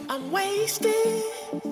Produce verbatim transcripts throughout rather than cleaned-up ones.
I'm wasted.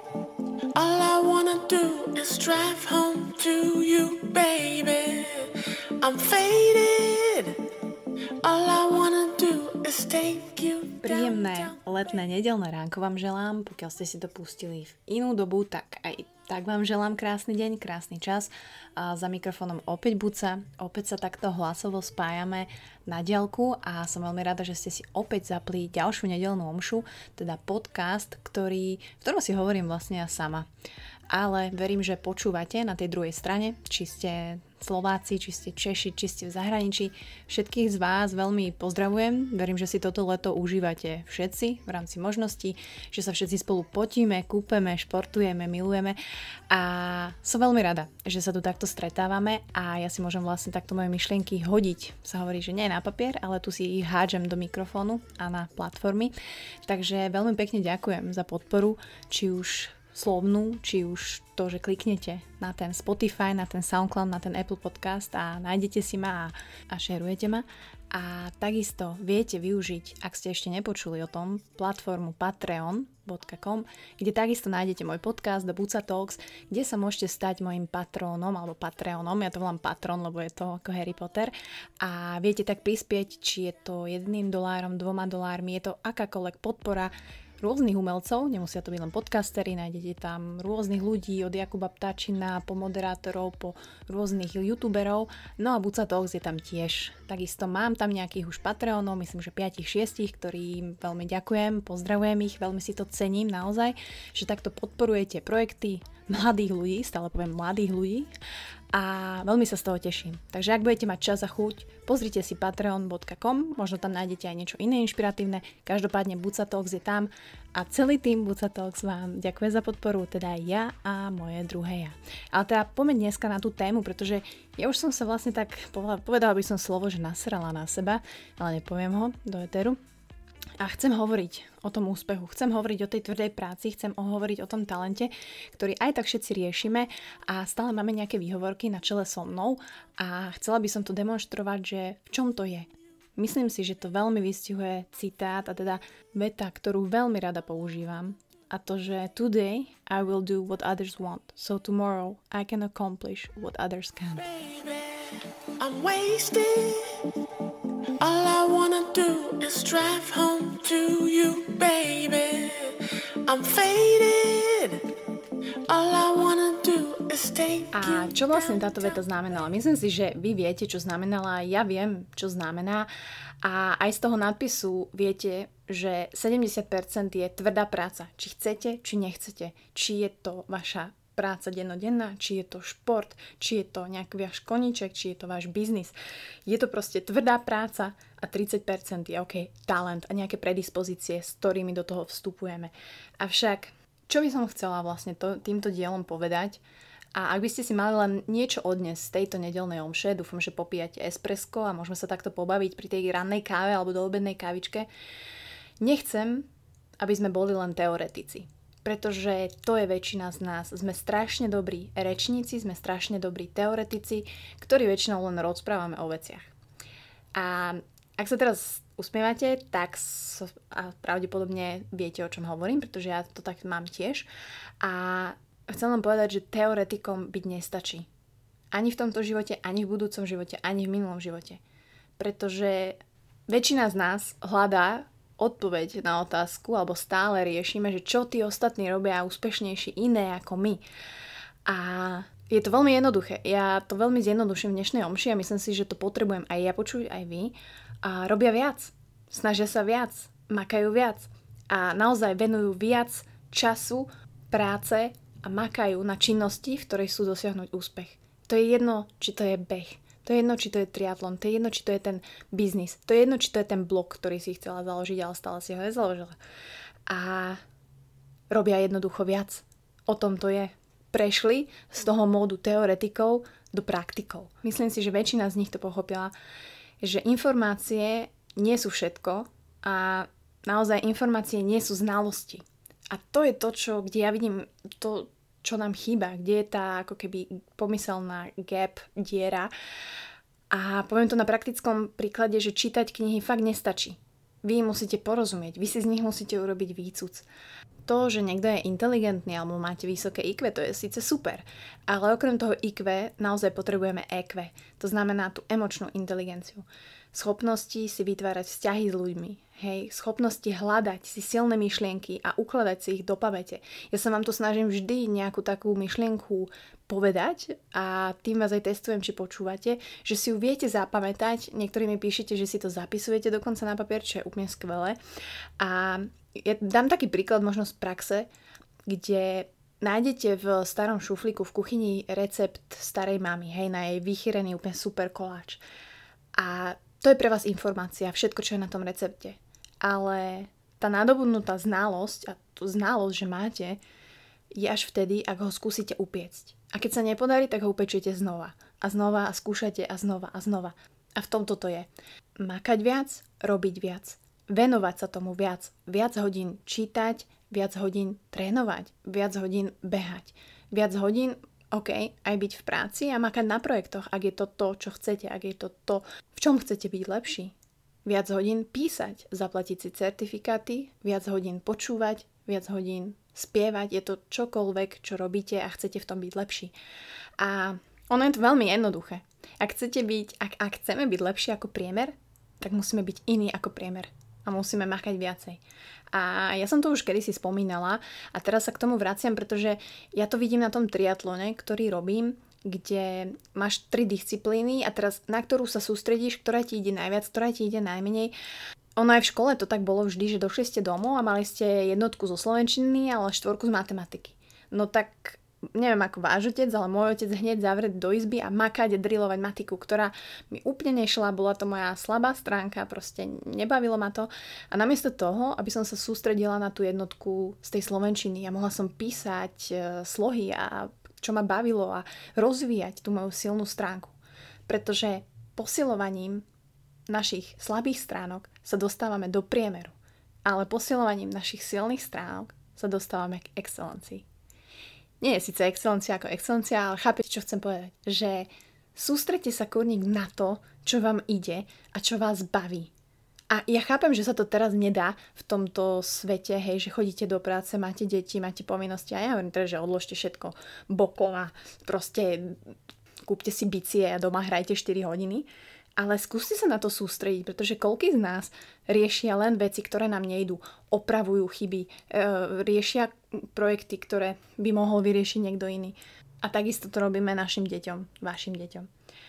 All I wanna do is drive home to you, baby. I'm faded. All I wanna do is take you. Príjemné letné nedeľné ránko vám želám. Pokiaľ ste si to pustili v inú dobu, tak aj tak vám želám krásny deň, krásny čas. A za mikrofónom opäť Buca, opäť sa takto hlasovo spájame na diaľku a som veľmi rada, že ste si opäť zapli ďalšiu nedeľnú omšu, teda podcast, ktorý, v ktorom si hovorím vlastne ja sama. Ale verím, že počúvate na tej druhej strane, či ste Slováci, či ste Češi, či ste v zahraničí. Všetkých z vás veľmi pozdravujem. Verím, že si toto leto užívate všetci v rámci možností, že sa všetci spolu potíme, kúpeme, športujeme, milujeme a som veľmi rada, že sa tu takto stretávame a ja si môžem vlastne takto moje myšlienky hodiť. Sa hovorí, že nie na papier, ale tu si ich hádžem do mikrofónu a na platformy. Takže veľmi pekne ďakujem za podporu, či už slovnú, či už to, že kliknete na ten Spotify, na ten SoundCloud, na ten Apple Podcast a nájdete si ma a, a šerujete ma. A takisto viete využiť, ak ste ešte nepočuli o tom, platformu patreon bodka com, kde takisto nájdete môj podcast The Buca Talks, kde sa môžete stať mojim patrónom alebo patreonom, ja to volám patron, lebo je to ako Harry Potter a viete tak prispieť, či je to jedným dolárom, dvoma dolármi, je to akákoľvek podpora rôznych umelcov, nemusia to byť len podcastery, nájdete tam rôznych ľudí od Jakuba Ptačina po moderátorov, po rôznych youtuberov, no a Buca Talks je tam tiež. Takisto mám tam nejakých už patreonov, myslím, že päť šesť, ktorým veľmi ďakujem, pozdravujem ich, veľmi si to cením naozaj, že takto podporujete projekty mladých ľudí, stále poviem mladých ľudí a veľmi sa z toho teším. Takže ak budete mať čas a chuť, pozrite si patreon bodka com, možno tam nájdete aj niečo iné inšpiratívne, každopádne Buca Talks je tam a celý tým Buca Talks vám ďakuje za podporu, teda aj ja a moje druhé ja. Ale teda poďme dneska na tú tému, pretože ja už som sa vlastne tak, povedala by som slovo, že nasrala na seba, ale nepoviem ho do eteru. A chcem hovoriť o tom úspechu, chcem hovoriť o tej tvrdej práci, chcem hovoriť o tom talente, ktorý aj tak všetci riešime a stále máme nejaké výhovorky na čele so mnou a chcela by som to demonštrovať, že v čom to je. Myslím si, že to veľmi vystihuje citát a teda veta, ktorú veľmi rada používam. A to, že today I will do what others want, so tomorrow I can accomplish what others can. Baby, I'm wasted. All I wanna do is drive home to you, baby. I'm faded. All I wanna do is take you. A čo vlastne táto veta znamenala? Myslím si, že vy viete, čo znamenala, ja viem, čo znamená. A aj z toho nadpisu viete, že sedemdesiat percent je tvrdá práca. Či chcete, či nechcete. Či je to vaša práca dennodenná, či je to šport, či je to nejaký váš koníček, či je to váš biznis. Je to proste tvrdá práca a tridsať percent je OK, talent a nejaké predispozície, s ktorými do toho vstupujeme. Avšak, čo by som chcela vlastne to, týmto dielom povedať, a ak by ste si mali len niečo odniesť z tejto nedeľnej omše, dúfam, že popíjate espresso a môžeme sa takto pobaviť pri tej rannej káve alebo doobednej kávičke, nechcem, aby sme boli len teoretici. Pretože to je väčšina z nás. Sme strašne dobrí rečníci, sme strašne dobrí teoretici, ktorí väčšinou len rozprávame o veciach. A ak sa teraz usmievate, tak so, a pravdepodobne viete, o čom hovorím, pretože ja to tak mám tiež. A chcem len povedať, že teoretikom byť nestačí. Ani v tomto živote, ani v budúcom živote, ani v minulom živote. Pretože väčšina z nás hľadá odpoveď na otázku, alebo stále riešime, že čo tí ostatní robia úspešnejšie iné ako my. A je to veľmi jednoduché. Ja to veľmi zjednoduším v dnešnej omši a myslím si, že to potrebujem aj ja počuť, aj vy. A robia viac. Snažia sa viac. Makajú viac. A naozaj venujú viac času, práce a makajú na činnosti, v ktorej sú dosiahnuť úspech. To je jedno, či to je beh. To je jedno, či to je triatlon, to je jedno, či to je ten biznis, to je jedno, či to je ten blog, ktorý si chcela založiť, ale stále si ho nezaložila. A robia jednoducho viac. O tom to je. Prešli z toho módu teoretikov do praktikov. Myslím si, že väčšina z nich to pochopila, že informácie nie sú všetko a naozaj informácie nie sú znalosti. A to je to, čo, kde ja vidím to, čo nám chýba, kde je tá ako keby pomyselná gap, diera. A poviem to na praktickom príklade, že čítať knihy fakt nestačí. Vy musíte porozumieť, vy si z nich musíte urobiť výcuc. To, že niekto je inteligentný alebo máte vysoké í kvé, to je síce super, ale okrem toho í kvé naozaj potrebujeme é kvé, to znamená tú emočnú inteligenciu. Schopnosti si vytvárať vzťahy s ľuďmi, hej, schopnosti hľadať si silné myšlienky a ukladať si ich do pamäte. Ja sa vám tu snažím vždy nejakú takú myšlienku povedať a tým vás aj testujem, či počúvate, že si ju viete zapamätať, niektorí mi píšete, že si to zapisujete dokonca na papier, čo je úplne skvelé. A ja dám taký príklad možno z praxe, kde nájdete v starom šuflíku v kuchyni recept starej mamy, hej, na jej vychýrený úplne super koláč. A to je pre vás informácia, všetko, čo je na tom recepte. Ale tá nadobudnutá znalosť a tú znalosť, že máte, je až vtedy, ak ho skúsite upiecť. A keď sa nepodarí, tak ho upečiete znova. A znova a skúšate a znova a znova. A v tomto to je. Makať viac, robiť viac. Venovať sa tomu viac. Viac hodín čítať, viac hodín trénovať, viac hodín behať. Viac hodín, OK, aj byť v práci a makať na projektoch, ak je to to, čo chcete, ak je to to, v čom chcete byť lepší. Viac hodín písať, zaplatiť si certifikáty, viac hodín počúvať, viac hodín spievať, je to čokoľvek, čo robíte a chcete v tom byť lepší. A ono je to veľmi jednoduché. Ak chcete byť, ak, ak chceme byť lepší ako priemer, tak musíme byť iní ako priemer. A musíme makať viacej. A ja som to už kedysi spomínala a teraz sa k tomu vraciam, pretože ja to vidím na tom triatlone, ktorý robím, kde máš tri disciplíny a teraz na ktorú sa sústredíš, ktorá ti ide najviac, ktorá ti ide najmenej. Ono aj v škole to tak bolo vždy, že došli ste domov a mali ste jednotku zo slovenčiny, ale štvorku z matematiky. No tak neviem ako váš otec, ale môj otec hneď zavrieť do izby a makať, drillovať matiku, ktorá mi úplne nešla, bola to moja slabá stránka, proste nebavilo ma to. A namiesto toho, aby som sa sústredila na tú jednotku z tej slovenčiny a mohla som písať e, slohy a čo ma bavilo a rozvíjať tú moju silnú stránku. Pretože posilovaním našich slabých stránok sa dostávame do priemeru, ale posilovaním našich silných stránok sa dostávame k excelencii. Nie je síce excelencia ako excelencia, ale chápete, čo chcem povedať? Že sústredte sa kurník na to, čo vám ide a čo vás baví. A ja chápem, že sa to teraz nedá v tomto svete, hej, že chodíte do práce, máte deti, máte povinnosti a ja hovorím teda, že odložte všetko bokom a proste kúpte si bicie a doma hrajte štyri hodiny. Ale skúste sa na to sústrediť, pretože koľký z nás riešia len veci, ktoré nám nejdú, opravujú chyby, e, riešia projekty, ktoré by mohol vyriešiť niekto iný. A takisto to robíme našim deťom, vašim deťom.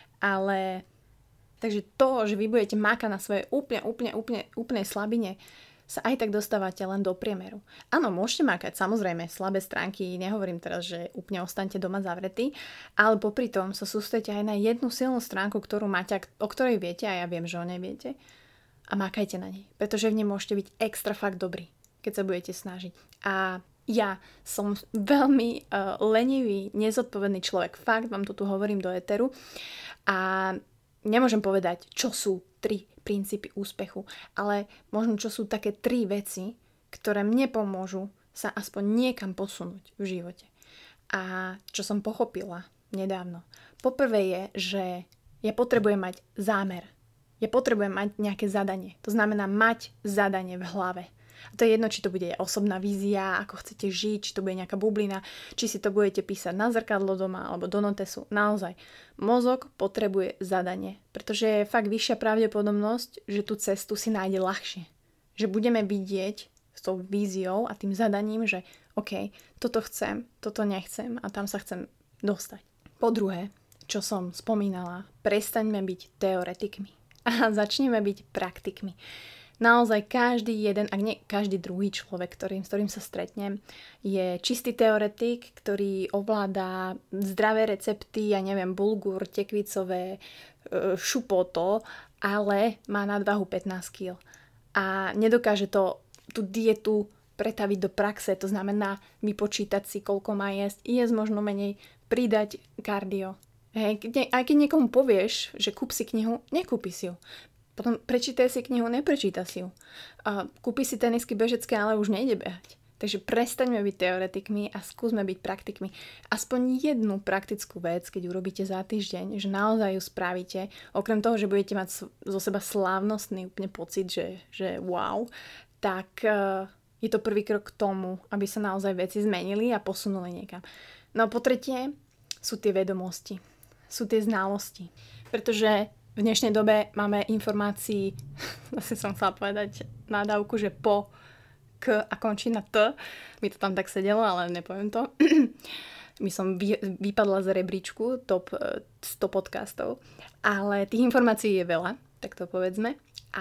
Ale takže to, že vy budete mákať na svojej úplne, úplne, úplne, úplnej slabine, sa aj tak dostávate len do priemeru. Áno, môžete mákať samozrejme slabé stránky, nehovorím teraz, že úplne ostaňte doma zavretí, ale popri tom sa sústredite aj na jednu silnú stránku, ktorú máte, o ktorej viete a ja viem, že o nej viete a mákajte na nej, pretože v nej môžete byť extra fakt dobrý, keď sa budete snažiť. A ja som veľmi uh, lenivý, nezodpovedný človek, fakt vám to tu hovorím do éteru a nemôžem povedať, čo sú tri princípy úspechu, ale možno čo sú také tri veci, ktoré mne pomôžu sa aspoň niekam posunúť v živote. A čo som pochopila nedávno. Poprvé je, že ja potrebujem mať zámer. Ja potrebujem mať nejaké zadanie. To znamená mať zadanie v hlave. A to je jedno, či to bude osobná vízia, ako chcete žiť, či to bude nejaká bublina, či si to budete písať na zrkadlo doma alebo do notesu. Naozaj, mozog potrebuje zadanie, pretože je fakt vyššia pravdepodobnosť, že tú cestu si nájde ľahšie. Že budeme vidieť s tou víziou a tým zadaním, že OK, toto chcem, toto nechcem a tam sa chcem dostať. Po druhé, čo som spomínala, prestaňme byť teoretikmi a začneme byť praktikmi. Naozaj každý jeden, ak nie každý druhý človek, ktorým, s ktorým sa stretnem, je čistý teoretik, ktorý ovláda zdravé recepty, ja neviem, bulgur, tekvicové, šupoto, ale má nadvahu pätnásť kilogramov. A nedokáže to, tú dietu pretaviť do praxe, to znamená vypočítať si, koľko má jesť, jesť možno menej, pridať kardio. Hej, aj keď niekomu povieš, že kúp si knihu, nekúpi si ju. Potom prečítaj si knihu, neprečíta si ju. A kúpi si tenisky bežecké, ale už nejde behať. Takže prestaňme byť teoretikmi a skúsme byť praktikmi. Aspoň jednu praktickú vec, keď urobíte za týždeň, že naozaj ju spravíte, okrem toho, že budete mať zo seba slávnostný úplne pocit, že, že wow, tak uh, je to prvý krok k tomu, aby sa naozaj veci zmenili a posunuli niekam. No a po tretie sú tie vedomosti, sú tie znalosti. Pretože v dnešnej dobe máme informácií, zase som chcela povedať nádavku, že po K a končí na T. Mi to tam tak sedelo, ale nepoviem to. My som vy, vypadla z rebríčku top sto podcastov. Ale tých informácií je veľa, tak to povedzme. A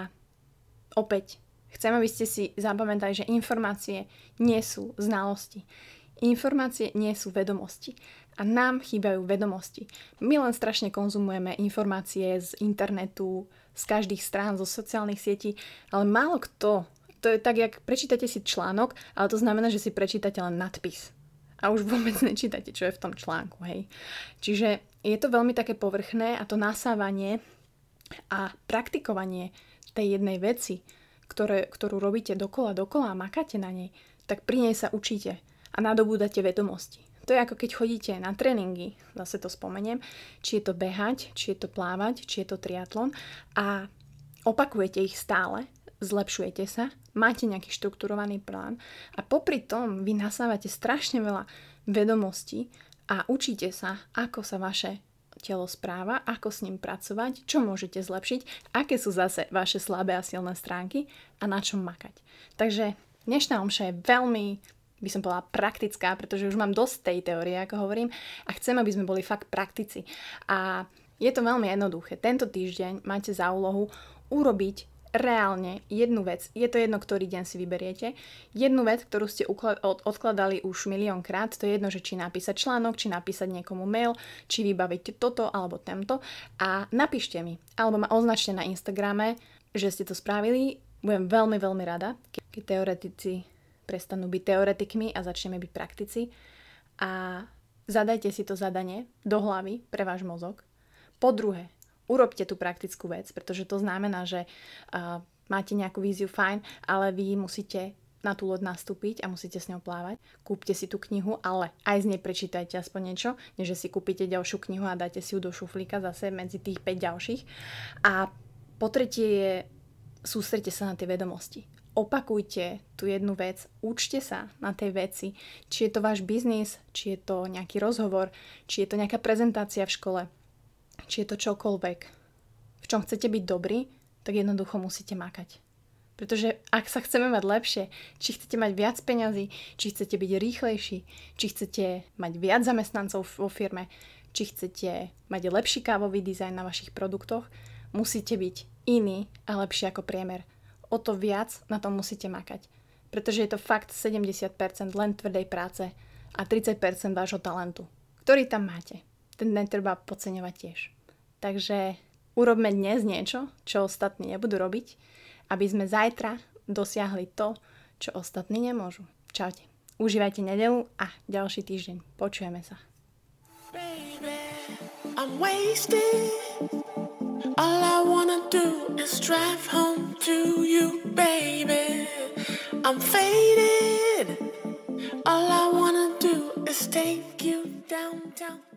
opäť, chcem, aby ste si zapamätali, že informácie nie sú znalosti. Informácie nie sú vedomosti. A nám chýbajú vedomosti. My len strašne konzumujeme informácie z internetu, z každých strán, zo sociálnych sietí, ale málo kto. To je tak, jak prečítate si článok, ale to znamená, že si prečítate len nadpis. A už vôbec nečítate, čo je v tom článku, hej. Čiže je to veľmi také povrchné a to nasávanie a praktikovanie tej jednej veci, ktoré, ktorú robíte dokola, dokola a makáte na nej, tak pri nej sa učíte a nadobúdate vedomosti. To je ako keď chodíte na tréningy, zase to spomeniem, či je to behať, či je to plávať, či je to triatlon a opakujete ich stále, zlepšujete sa, máte nejaký štrukturovaný plán a popri tom vy nasávate strašne veľa vedomostí a učíte sa, ako sa vaše telo správa, ako s ním pracovať, čo môžete zlepšiť, aké sú zase vaše slabé a silné stránky a na čom makať. Takže dnešná omša je veľmi, by som povedala, praktická, pretože už mám dosť tej teórie, ako hovorím, a chcem, aby sme boli fakt praktici. A je to veľmi jednoduché. Tento týždeň máte za úlohu urobiť reálne jednu vec, je to jedno, ktorý deň si vyberiete, jednu vec, ktorú ste uklad- od- odkladali už miliónkrát, to je jedno, že či napísať článok, či napísať niekomu mail, či vybaviť toto alebo tamto a napíšte mi, alebo ma označte na Instagrame, že ste to spravili, budem veľmi, veľmi rada, keď teoretici prestanú byť teoretikmi a začneme byť praktici a zadajte si to zadanie do hlavy pre váš mozog. Po druhé, urobte tú praktickú vec, pretože to znamená, že uh, máte nejakú víziu, fajn, ale vy musíte na tú loď nastúpiť a musíte s ňou plávať. Kúpte si tú knihu, ale aj z nej prečítajte aspoň niečo, než si kúpite ďalšiu knihu a dáte si ju do šuflíka zase medzi tých päť ďalších. A po tretie je, sústreďte sa na tie vedomosti. Opakujte tú jednu vec, učte sa na tej veci, či je to váš biznis, či je to nejaký rozhovor, či je to nejaká prezentácia v škole, či je to čokoľvek, v čom chcete byť dobrý, tak jednoducho musíte makať. Pretože ak sa chceme mať lepšie, či chcete mať viac peňazí, či chcete byť rýchlejší, či chcete mať viac zamestnancov vo firme, či chcete mať lepší kávový dizajn na vašich produktoch, musíte byť iný a lepší ako priemer. O to viac na tom musíte makať. Pretože je to fakt sedemdesiat percent len tvrdej práce a tridsať percent vášho talentu, ktorý tam máte. Ten netreba podceňovať tiež. Takže urobme dnes niečo, čo ostatní nebudú robiť, aby sme zajtra dosiahli to, čo ostatní nemôžu. Čaute. Užívajte nedeľu a ďalší týždeň. Počujeme sa. Baby, I'm wasted. All I wanna do is drive home to you, baby. I'm faded. All I wanna do is take you downtown.